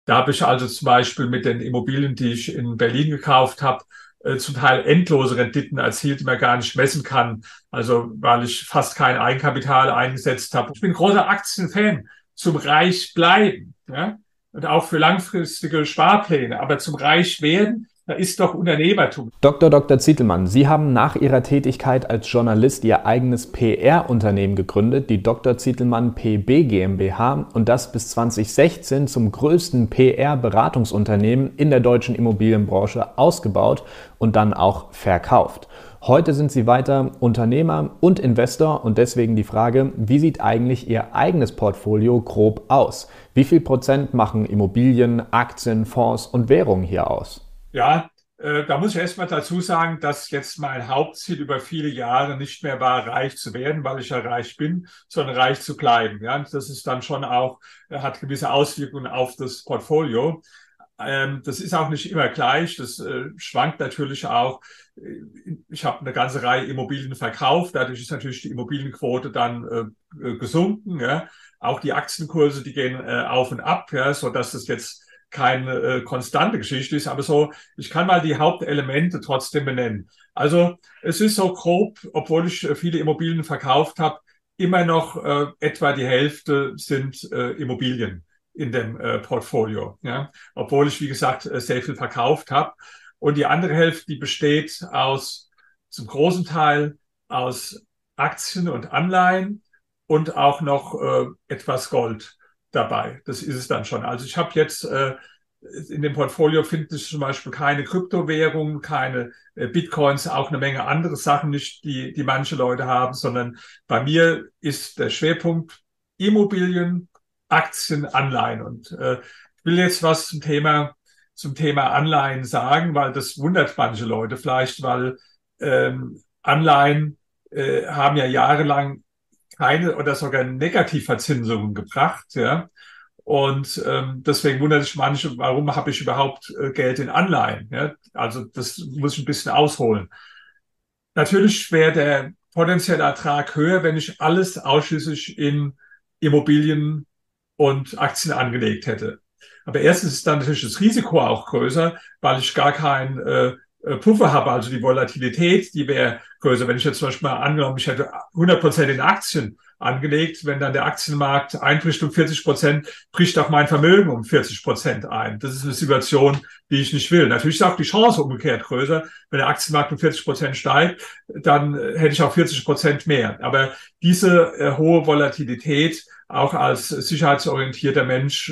Da habe ich also zum Beispiel mit den Immobilien, die ich in Berlin gekauft habe, zum Teil endlose Renditen erzielt, die man gar nicht messen kann. Also weil ich fast kein Eigenkapital eingesetzt habe. Ich bin großer Aktienfan zum Reich bleiben, ja? Und auch für langfristige Sparpläne. Aber zum Reich werden, da ist doch Unternehmertum. Dr. Zietelmann, Sie haben nach Ihrer Tätigkeit als Journalist Ihr eigenes PR-Unternehmen gegründet, die Dr. Zietelmann PB GmbH, und das bis 2016 zum größten PR-Beratungsunternehmen in der deutschen Immobilienbranche ausgebaut und dann auch verkauft. Heute sind Sie weiter Unternehmer und Investor und deswegen die Frage, wie sieht eigentlich Ihr eigenes Portfolio grob aus? Wie viel Prozent machen Immobilien, Aktien, Fonds und Währungen hier aus? Ja, da muss ich erst mal dazu sagen, dass jetzt mein Hauptziel über viele Jahre nicht mehr war, reich zu werden, weil ich ja reich bin, sondern reich zu bleiben. Ja, und das ist dann schon auch, hat gewisse Auswirkungen auf das Portfolio. Das ist auch nicht immer gleich. Das schwankt natürlich auch. Ich habe eine ganze Reihe Immobilien verkauft. Dadurch ist natürlich die Immobilienquote dann gesunken. Ja. Auch die Aktienkurse, die gehen auf und ab, ja, so dass das jetzt keine konstante Geschichte ist. Aber so, ich kann mal die Hauptelemente trotzdem benennen. Also es ist so grob, obwohl ich viele Immobilien verkauft habe, immer noch etwa die Hälfte sind Immobilien in dem Portfolio, ja, obwohl ich, wie gesagt, sehr viel verkauft habe. Und die andere Hälfte, die besteht aus, zum großen Teil aus Aktien und Anleihen und auch noch etwas Gold dabei. Das ist es dann schon. Also ich habe jetzt in dem Portfolio finde ich zum Beispiel keine Kryptowährungen, keine Bitcoins, auch eine Menge andere Sachen nicht, die manche Leute haben, sondern bei mir ist der Schwerpunkt Immobilien, Aktien, Anleihen. Und ich will jetzt was zum Thema Anleihen sagen, weil das wundert manche Leute vielleicht, weil Anleihen haben ja jahrelang keine oder sogar Negativverzinsungen gebracht, ja. Und deswegen wundert sich manche, warum habe ich überhaupt Geld in Anleihen? Ja? Also das muss ich ein bisschen ausholen. Natürlich wäre der potenzielle Ertrag höher, wenn ich alles ausschließlich in Immobilien und Aktien angelegt hätte. Aber erstens ist dann natürlich das Risiko auch größer, weil ich gar keinen Puffer habe. Also die Volatilität, die wäre größer. Wenn ich jetzt zum Beispiel mal angenommen, ich hätte 100% in Aktien angelegt, wenn dann der Aktienmarkt einbricht um 40%, bricht auch mein Vermögen um 40% ein. Das ist eine Situation, die ich nicht will. Natürlich ist auch die Chance umgekehrt größer. Wenn der Aktienmarkt um 40% steigt, dann hätte ich auch 40% mehr. Aber diese hohe Volatilität, auch als sicherheitsorientierter Mensch,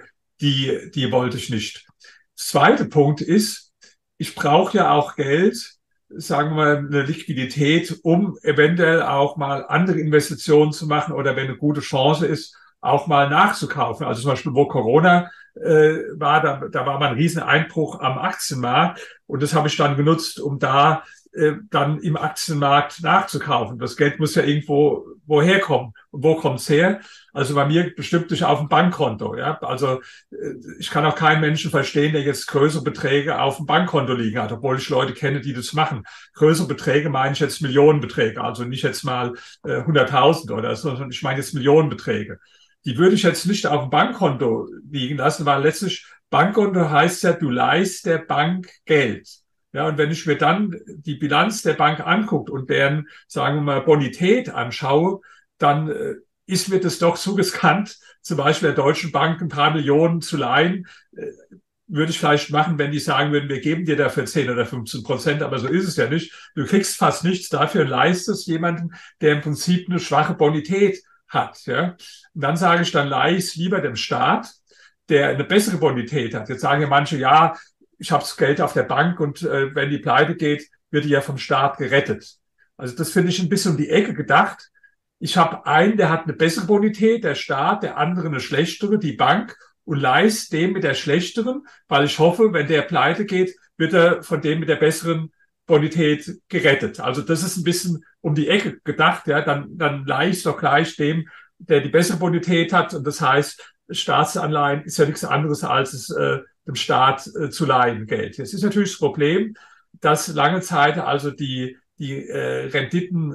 die wollte ich nicht. Zweiter Punkt ist, ich brauche ja auch Geld, sagen wir mal, eine Liquidität, um eventuell auch mal andere Investitionen zu machen oder wenn eine gute Chance ist, auch mal nachzukaufen. Also zum Beispiel, wo Corona war, da war mal ein riesen Einbruch am Aktienmarkt und das habe ich dann genutzt, um da dann im Aktienmarkt nachzukaufen. Das Geld muss ja irgendwo woher kommen. Und wo kommt's her? Also bei mir bestimmt nicht auf dem Bankkonto. Ja? Also ich kann auch keinen Menschen verstehen, der jetzt größere Beträge auf dem Bankkonto liegen hat, obwohl ich Leute kenne, die das machen. Größere Beträge meine ich jetzt Millionenbeträge, also nicht jetzt mal 100.000 oder so, sondern ich meine jetzt Millionenbeträge. Die würde ich jetzt nicht auf dem Bankkonto liegen lassen, weil letztlich Bankkonto heißt ja, du leihst der Bank Geld. Ja, und wenn ich mir dann die Bilanz der Bank anguckt und deren, sagen wir mal, Bonität anschaue, dann ist mir das doch zu riskant, zum Beispiel der Deutschen Bank ein paar Millionen zu leihen. Würde ich vielleicht machen, wenn die sagen würden, wir geben dir dafür 10 oder 15%, aber so ist es ja nicht. Du kriegst fast nichts dafür, leistest jemanden, der im Prinzip eine schwache Bonität hat. Ja? Und dann sage ich, dann leihe ich es lieber dem Staat, der eine bessere Bonität hat. Jetzt sagen ja manche, ja, ich habe das Geld auf der Bank und wenn die pleite geht, wird die ja vom Staat gerettet. Also das finde ich ein bisschen um die Ecke gedacht. Ich habe einen, der hat eine bessere Bonität, der Staat, der andere eine schlechtere, die Bank, und leist dem mit der schlechteren, weil ich hoffe, wenn der pleite geht, wird er von dem mit der besseren Bonität gerettet. Also das ist ein bisschen um die Ecke gedacht. Ja, dann leihe ich es doch gleich dem, der die bessere Bonität hat. Und das heißt, Staatsanleihen ist ja nichts anderes als es dem Staat zu leihen Geld. Jetzt ist natürlich das Problem, dass lange Zeit also die Renditen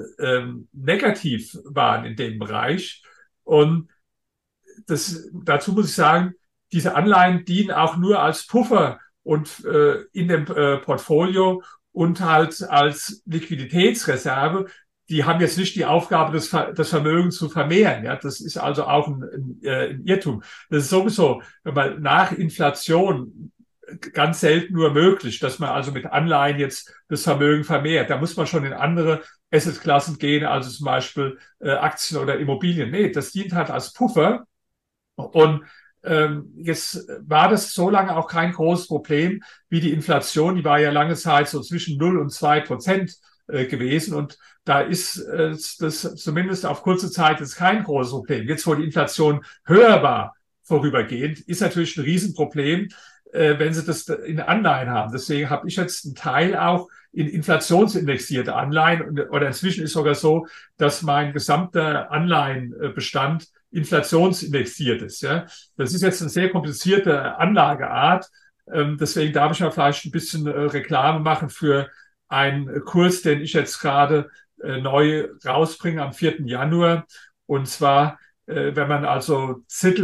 negativ waren in dem Bereich. Und dazu muss ich sagen, diese Anleihen dienen auch nur als Puffer und in dem Portfolio und halt als Liquiditätsreserve. Die haben jetzt nicht die Aufgabe, das Vermögen zu vermehren. Ja, das ist also auch ein Irrtum. Das ist sowieso, wenn man nach Inflation ganz selten nur möglich, dass man also mit Anleihen jetzt das Vermögen vermehrt. Da muss man schon in andere Assetklassen gehen, also zum Beispiel Aktien oder Immobilien. Nee, das dient halt als Puffer. Und jetzt war das so lange auch kein großes Problem wie die Inflation. Die war ja lange Zeit so zwischen 0 und 2% gewesen. Und da ist das zumindest auf kurze Zeit jetzt kein großes Problem. Jetzt, wo die Inflation höher war, vorübergehend, ist natürlich ein Riesenproblem, wenn Sie das in Anleihen haben. Deswegen habe ich jetzt einen Teil auch in inflationsindexierte Anleihen. Oder inzwischen ist sogar so, dass mein gesamter Anleihenbestand inflationsindexiert ist. Ja. Das ist jetzt eine sehr komplizierte Anlageart. Deswegen darf ich ja vielleicht ein bisschen Reklame machen für einen Kurs, den ich jetzt gerade neu rausbringe am 4. Januar. Und zwar wenn man also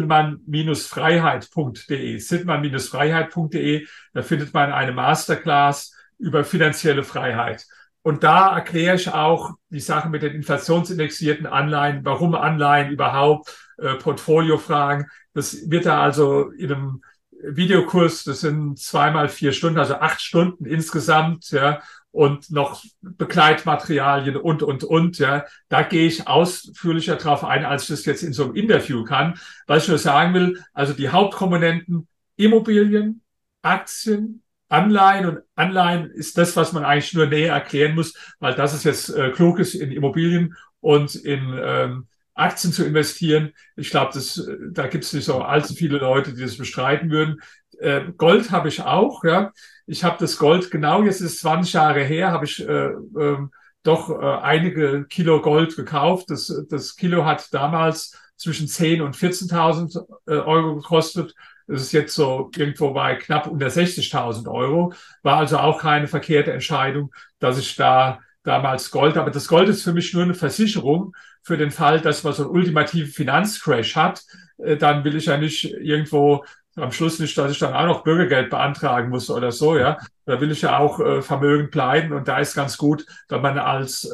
zittelmann-freiheit.de, da findet man eine Masterclass über finanzielle Freiheit. Und da erkläre ich auch die Sache mit den inflationsindexierten Anleihen, warum Anleihen überhaupt, Portfoliofragen. Das wird da also in einem Videokurs, das sind 2 mal 4 Stunden, also 8 Stunden insgesamt, ja, und noch Begleitmaterialien und, ja. Da gehe ich ausführlicher drauf ein, als ich das jetzt in so einem Interview kann. Was ich nur sagen will, also die Hauptkomponenten Immobilien, Aktien, Anleihen und Anleihen ist das, was man eigentlich nur näher erklären muss, weil das ist jetzt klug ist, in Immobilien und in Aktien zu investieren. Ich glaube, da gibt es nicht so allzu viele Leute, die das bestreiten würden. Gold habe ich auch, ja. Ich habe das Gold genau, jetzt ist es 20 Jahre her, habe ich doch einige Kilo Gold gekauft. Das Kilo hat damals zwischen 10.000 und 14.000 Euro gekostet. Das ist jetzt so irgendwo bei knapp unter 60.000 Euro. War also auch keine verkehrte Entscheidung, dass ich da damals Gold, aber das Gold ist für mich nur eine Versicherung für den Fall, dass man so einen ultimativen Finanzcrash hat. Dann will ich ja nicht irgendwo am Schluss nicht, dass ich dann auch noch Bürgergeld beantragen muss oder so, ja. Da will ich ja auch vermögend bleiben und da ist ganz gut, wenn man als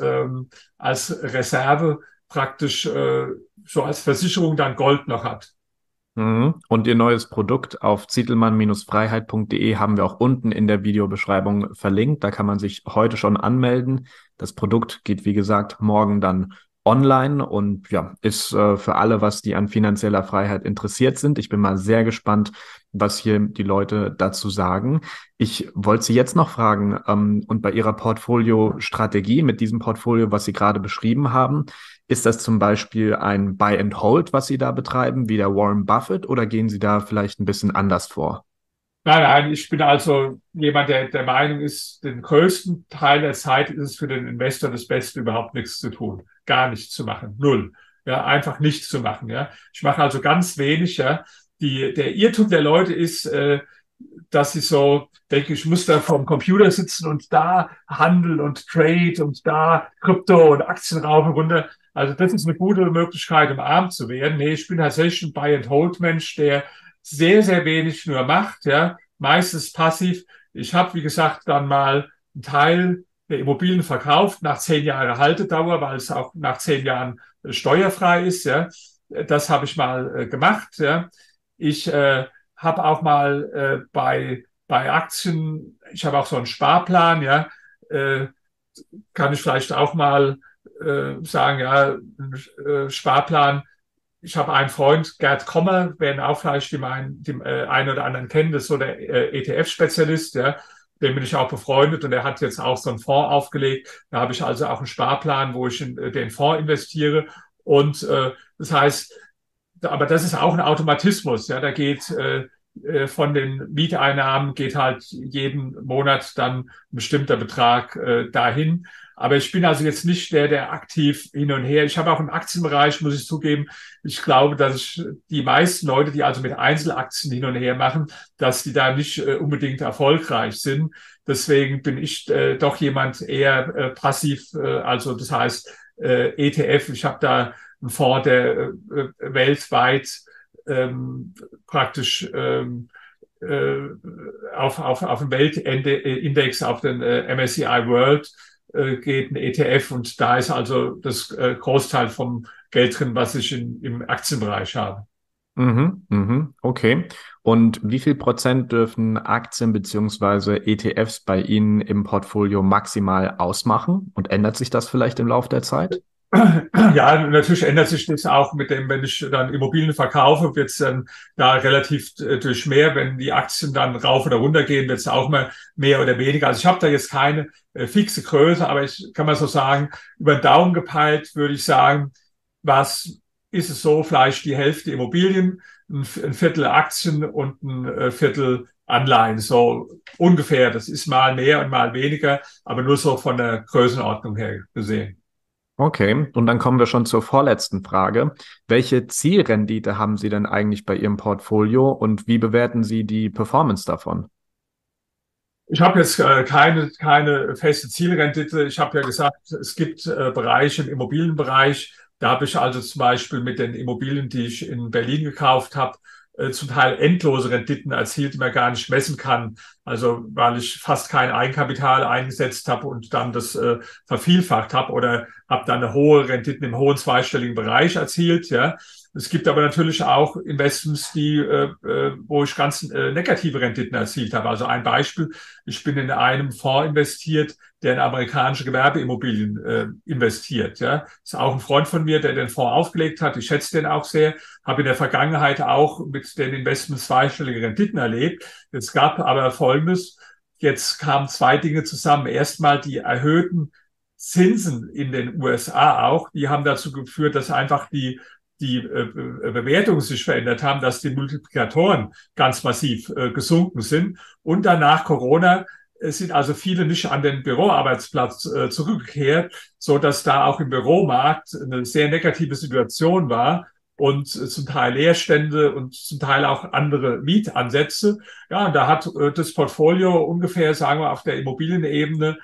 Reserve praktisch so als Versicherung dann Gold noch hat. Und Ihr neues Produkt auf zietelmann-freiheit.de haben wir auch unten in der Videobeschreibung verlinkt. Da kann man sich heute schon anmelden. Das Produkt geht, wie gesagt, morgen dann online und ja, ist für alle, was die an finanzieller Freiheit interessiert sind. Ich bin mal sehr gespannt, was hier die Leute dazu sagen. Ich wollte Sie jetzt noch fragen, und bei Ihrer Portfolio-Strategie mit diesem Portfolio, was Sie gerade beschrieben haben, ist das zum Beispiel ein Buy and Hold, was Sie da betreiben, wie der Warren Buffett, oder gehen Sie da vielleicht ein bisschen anders vor? Nein, ich bin also jemand, der der Meinung ist, den größten Teil der Zeit ist es für den Investor das Beste, überhaupt nichts zu tun, gar nichts zu machen, null, ja, einfach nichts zu machen, ja. Ich mache also ganz wenig, ja. Der Irrtum der Leute ist, dass sie so denken, ich muss da vorm Computer sitzen und da handeln und trade und da Krypto und Aktien rauf und runter. Also das ist eine gute Möglichkeit, um arm zu werden. Nee, ich bin tatsächlich ein Buy-and-Hold-Mensch, der sehr, sehr wenig nur macht, ja, meistens passiv. Ich habe, wie gesagt, dann mal einen Teil der Immobilien verkauft nach 10 Jahren Haltedauer, weil es auch nach 10 Jahren steuerfrei ist, ja. Das habe ich mal gemacht, ja. Ich habe auch mal bei Aktien, ich habe auch so einen Sparplan, ja, äh, kann ich vielleicht auch mal sagen, ja, Sparplan. Ich habe einen Freund, Gerd Kommer, werden auch vielleicht die einen oder anderen kennen, das ist so der ETF-Spezialist, ja. Dem bin ich auch befreundet und er hat jetzt auch so einen Fonds aufgelegt. Da habe ich also auch einen Sparplan, wo ich in den Fonds investiere. Und das heißt, aber das ist auch ein Automatismus, ja. Da geht von den Mieteinnahmen geht halt jeden Monat dann ein bestimmter Betrag dahin. Aber ich bin also jetzt nicht der aktiv hin und her. Ich habe auch im Aktienbereich, muss ich zugeben, ich glaube, dass ich die meisten Leute, die also mit Einzelaktien hin und her machen, dass die da nicht unbedingt erfolgreich sind. Deswegen bin ich doch jemand eher passiv, also das heißt ETF. Ich habe da einen Fonds, der weltweit praktisch auf den Weltindex, auf den MSCI World geht ein ETF und da ist also das Großteil vom Geld drin, was ich im Aktienbereich habe. Okay. Und wie viel Prozent dürfen Aktien beziehungsweise ETFs bei Ihnen im Portfolio maximal ausmachen? Und ändert sich das vielleicht im Laufe der Zeit? Ja, natürlich ändert sich das auch mit dem, wenn ich dann Immobilien verkaufe, wird es dann da relativ durch mehr. Wenn die Aktien dann rauf oder runter gehen, wird es auch mal mehr oder weniger. Also ich habe da jetzt keine fixe Größe, aber ich kann mal so sagen, über den Daumen gepeilt würde ich sagen, was ist es so, vielleicht die Hälfte Immobilien, ein Viertel Aktien und ein Viertel Anleihen, so ungefähr. Das ist mal mehr und mal weniger, aber nur so von der Größenordnung her gesehen. Okay, und dann kommen wir schon zur vorletzten Frage. Welche Zielrendite haben Sie denn eigentlich bei Ihrem Portfolio und wie bewerten Sie die Performance davon? Ich habe jetzt keine feste Zielrendite. Ich habe ja gesagt, es gibt Bereiche im Immobilienbereich. Da habe ich also zum Beispiel mit den Immobilien, die ich in Berlin gekauft habe, zum Teil endlose Renditen erzielt, die man gar nicht messen kann. Also weil ich fast kein Eigenkapital eingesetzt habe und dann das vervielfacht habe oder habe dann eine hohe Renditen im hohen zweistelligen Bereich erzielt. Ja. Es gibt aber natürlich auch Investments, wo ich ganz negative Renditen erzielt habe. Also ein Beispiel, ich bin in einem Fonds investiert, der in amerikanische Gewerbeimmobilien investiert. Ja. Ist auch ein Freund von mir, der den Fonds aufgelegt hat. Ich schätze den auch sehr. Habe in der Vergangenheit auch mit den Investments zweistellige Renditen erlebt. Es gab aber Folgendes. Jetzt kamen zwei Dinge zusammen. Erstmal die erhöhten Zinsen in den USA auch. Die haben dazu geführt, dass einfach die Bewertungen sich verändert haben, dass die Multiplikatoren ganz massiv gesunken sind. Und danach Corona sind also viele nicht an den Büroarbeitsplatz zurückgekehrt, so dass da auch im Büromarkt eine sehr negative Situation war und zum Teil Leerstände und zum Teil auch andere Mietansätze. Ja, und da hat das Portfolio ungefähr, sagen wir, auf der Immobilienebene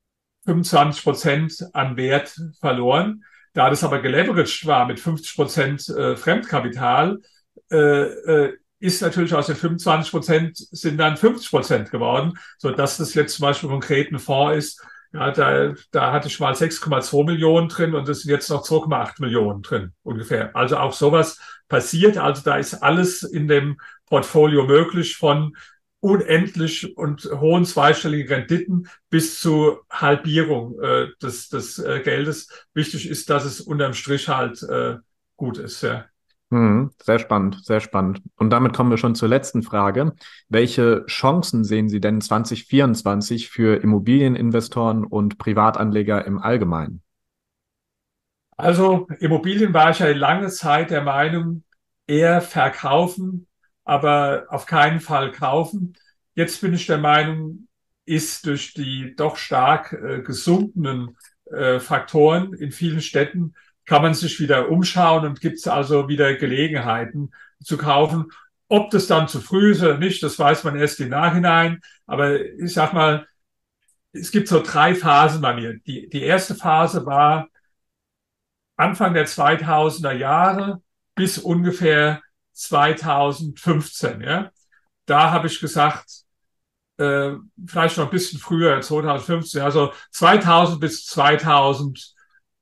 25% an Wert verloren. Da das aber geleveraged war mit 50% Fremdkapital, ist natürlich aus den 25% sind dann 50% geworden, so dass das jetzt zum Beispiel konkret ein Fonds ist. Ja, da hatte ich mal 6,2 Millionen drin und es sind jetzt noch 2,8 Millionen drin ungefähr. Also auch sowas passiert. Also da ist alles in dem Portfolio möglich von unendlich und hohen zweistelligen Renditen bis zu Halbierung des Geldes. Wichtig ist, dass es unterm Strich halt gut ist. Ja. Sehr spannend, sehr spannend. Und damit kommen wir schon zur letzten Frage. Welche Chancen sehen Sie denn 2024 für Immobilieninvestoren und Privatanleger im Allgemeinen? Also Immobilien war ich ja lange Zeit der Meinung, eher verkaufen, aber auf keinen Fall kaufen. Jetzt bin ich der Meinung, ist durch die doch stark gesunkenen Faktoren in vielen Städten kann man sich wieder umschauen und gibt es also wieder Gelegenheiten zu kaufen. Ob das dann zu früh ist oder nicht, das weiß man erst im Nachhinein. Aber ich sag mal, es gibt so drei Phasen bei mir. Die erste Phase war Anfang der 2000er Jahre bis ungefähr 2015. Ja. Da habe ich gesagt, vielleicht noch ein bisschen früher, 2015, also 2000 bis 2010,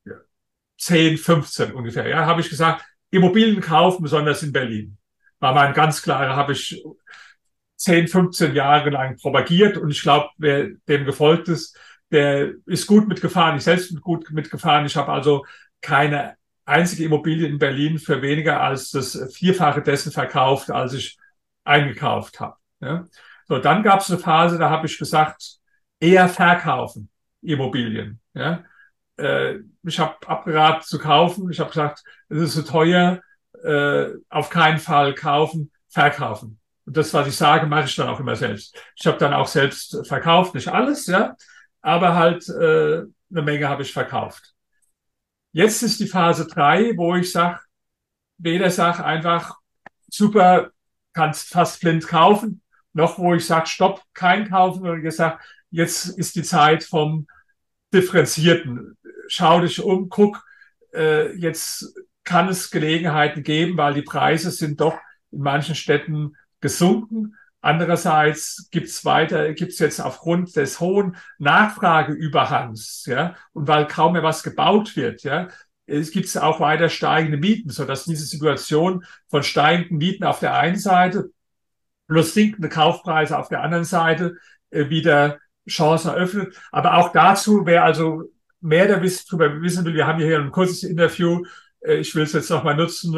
15 ungefähr, ja, habe ich gesagt, Immobilien kaufen, besonders in Berlin. War mein ganz klarer, habe ich 10, 15 Jahre lang propagiert und ich glaube, wer dem gefolgt ist, der ist gut mitgefahren. Ich selbst bin gut mitgefahren. Ich habe also keine einzige Immobilie in Berlin für weniger als das Vierfache dessen verkauft, als ich eingekauft habe. Ja. So, dann gab es eine Phase, da habe ich gesagt, eher verkaufen Immobilien. Ja. Ich habe abgeraten zu kaufen. Ich habe gesagt, es ist so teuer, auf keinen Fall kaufen, verkaufen. Und das, was ich sage, mache ich dann auch immer selbst. Ich habe dann auch selbst verkauft, nicht alles, ja, aber halt eine Menge habe ich verkauft. Jetzt ist die Phase 3, wo ich sage, weder sage einfach, super, kannst fast blind kaufen, noch wo ich sage, stopp, kein Kaufen, und ich sage, jetzt ist die Zeit vom Differenzierten. Schau dich um, guck, jetzt kann es Gelegenheiten geben, weil die Preise sind doch in manchen Städten gesunken. Andererseits gibt's jetzt aufgrund des hohen Nachfrageüberhangs, ja, und weil kaum mehr was gebaut wird, ja, es gibt auch weiter steigende Mieten, sodass diese Situation von steigenden Mieten auf der einen Seite plus sinkende Kaufpreise auf der anderen Seite wieder Chancen eröffnet. Aber auch dazu, wer also mehr darüber wissen will, wir haben hier ein kurzes Interview, ich will es jetzt nochmal nutzen,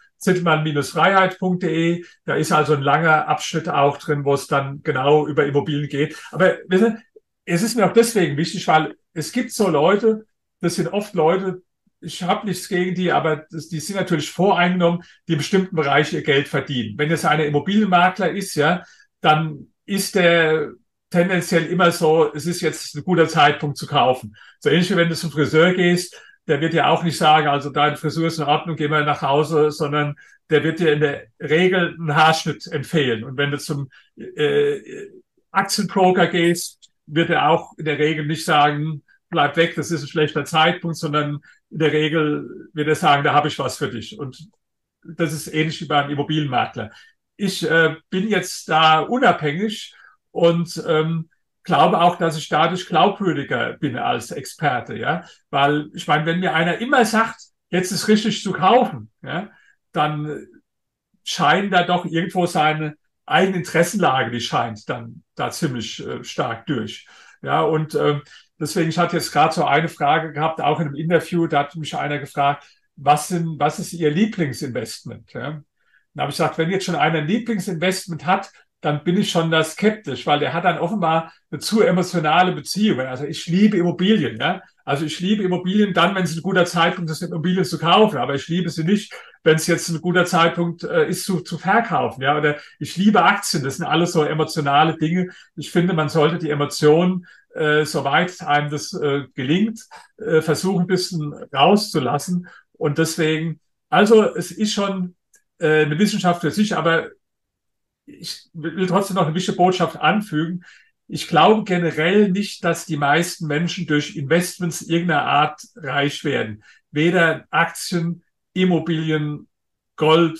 zittelmann-freiheit.de, da ist also ein langer Abschnitt auch drin, wo es dann genau über Immobilien geht. Aber wissen, es ist mir auch deswegen wichtig, weil es gibt so Leute, das sind oft Leute, ich habe nichts gegen die, aber die sind natürlich voreingenommen, die in bestimmten Bereichen ihr Geld verdienen. Wenn jetzt einer Immobilienmakler ist, ja, dann ist der tendenziell immer so, es ist jetzt ein guter Zeitpunkt zu kaufen. So ähnlich wie wenn du zum Friseur gehst, der wird ja auch nicht sagen, also deine Frisur ist in Ordnung, geh mal nach Hause, sondern der wird dir in der Regel einen Haarschnitt empfehlen. Und wenn du zum Aktienbroker gehst, wird er auch in der Regel nicht sagen, bleib weg, das ist ein schlechter Zeitpunkt, sondern in der Regel wird er sagen, da habe ich was für dich. Und das ist ähnlich wie beim Immobilienmakler. Ich bin jetzt da unabhängig und glaube auch, dass ich dadurch glaubwürdiger bin als Experte, ja, weil ich meine, wenn mir einer immer sagt, jetzt ist richtig zu kaufen, ja, dann scheint da doch irgendwo seine eigene Interessenlage, die scheint dann da ziemlich stark durch. Ja, und deswegen, ich hatte jetzt gerade so eine Frage gehabt, auch in einem Interview, da hat mich einer gefragt, was ist Ihr Lieblingsinvestment? Ja? Dann habe ich gesagt, wenn jetzt schon einer ein Lieblingsinvestment hat, dann bin ich schon da skeptisch, weil der hat dann offenbar eine zu emotionale Beziehung. Also ich liebe Immobilien, ja. Also ich liebe Immobilien dann, wenn es ein guter Zeitpunkt ist, Immobilien zu kaufen. Aber ich liebe sie nicht, wenn es jetzt ein guter Zeitpunkt ist, zu verkaufen, ja. Oder ich liebe Aktien. Das sind alles so emotionale Dinge. Ich finde, man sollte die Emotionen, soweit einem das gelingt, versuchen, ein bisschen rauszulassen. Und deswegen, also es ist schon eine Wissenschaft für sich, aber ich will trotzdem noch eine wichtige Botschaft anfügen. Ich glaube generell nicht, dass die meisten Menschen durch Investments irgendeiner Art reich werden. Weder Aktien, Immobilien, Gold,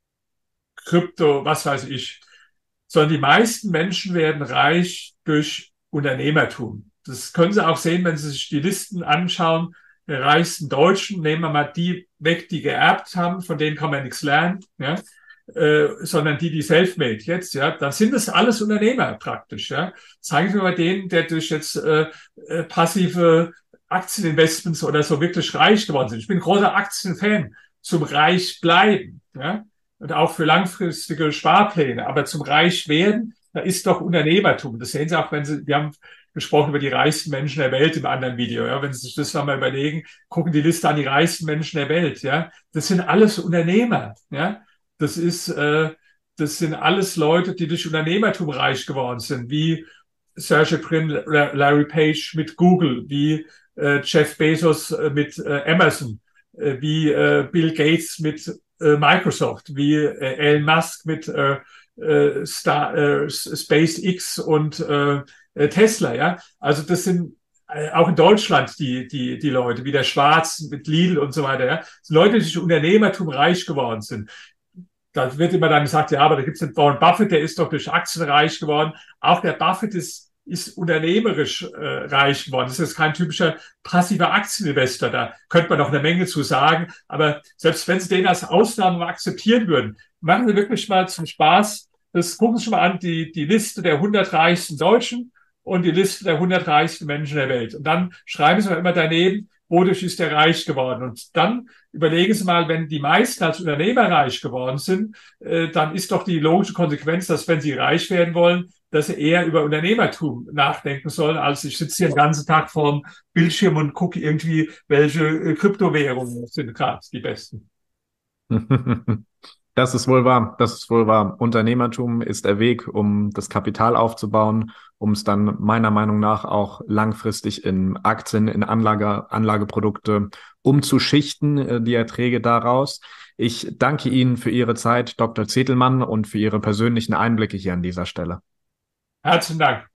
Krypto, was weiß ich. Sondern die meisten Menschen werden reich durch Unternehmertum. Das können Sie auch sehen, wenn Sie sich die Listen anschauen der reichsten Deutschen. Nehmen wir mal die weg, die geerbt haben, von denen kann man nichts lernen. Ja. Sondern die self-made jetzt, ja, dann sind das alles Unternehmer praktisch, ja. Zeigen Sie mir mal den, der durch jetzt passive Aktieninvestments oder so wirklich reich geworden sind. Ich bin ein großer Aktienfan zum reich bleiben, ja, und auch für langfristige Sparpläne. Aber zum reich werden, da ist doch Unternehmertum. Das sehen Sie auch, wir haben gesprochen über die reichsten Menschen der Welt im anderen Video, ja. Wenn Sie sich das mal überlegen, gucken die Liste an die reichsten Menschen der Welt, ja. Das sind alles Unternehmer, ja. Das sind alles Leute, die durch Unternehmertum reich geworden sind, wie Sergey Brin, Larry Page mit Google, wie Jeff Bezos mit Amazon, wie Bill Gates mit Microsoft, wie Elon Musk mit SpaceX und Tesla, ja. Also das sind auch in Deutschland die Leute, wie der Schwarz mit Lidl und so weiter, ja. Das sind Leute, die durch Unternehmertum reich geworden sind. Da wird immer dann gesagt, ja, aber da gibt es den Warren Buffett, der ist doch durch Aktien reich geworden. Auch der Buffett ist unternehmerisch reich geworden. Das ist kein typischer passiver Aktieninvestor. Da könnte man noch eine Menge zu sagen. Aber selbst wenn Sie den als Ausnahme akzeptieren würden, machen Sie wirklich mal zum Spaß, gucken Sie schon mal an, die Liste der 100 reichsten Deutschen und die Liste der 100 reichsten Menschen der Welt. Und dann schreiben Sie mal immer daneben, wodurch ist der reich geworden? Und dann überlegen Sie mal, wenn die meisten als Unternehmer reich geworden sind, dann ist doch die logische Konsequenz, dass wenn sie reich werden wollen, dass sie eher über Unternehmertum nachdenken sollen, als ich sitze hier den ganzen Tag vorm Bildschirm und gucke irgendwie, welche Kryptowährungen sind gerade die besten. Das ist wohl wahr. Das ist wohl wahr. Unternehmertum ist der Weg, um das Kapital aufzubauen, um es dann meiner Meinung nach auch langfristig in Aktien, in Anlageprodukte umzuschichten, die Erträge daraus. Ich danke Ihnen für Ihre Zeit, Dr. Zitelmann, und für Ihre persönlichen Einblicke hier an dieser Stelle. Herzlichen Dank.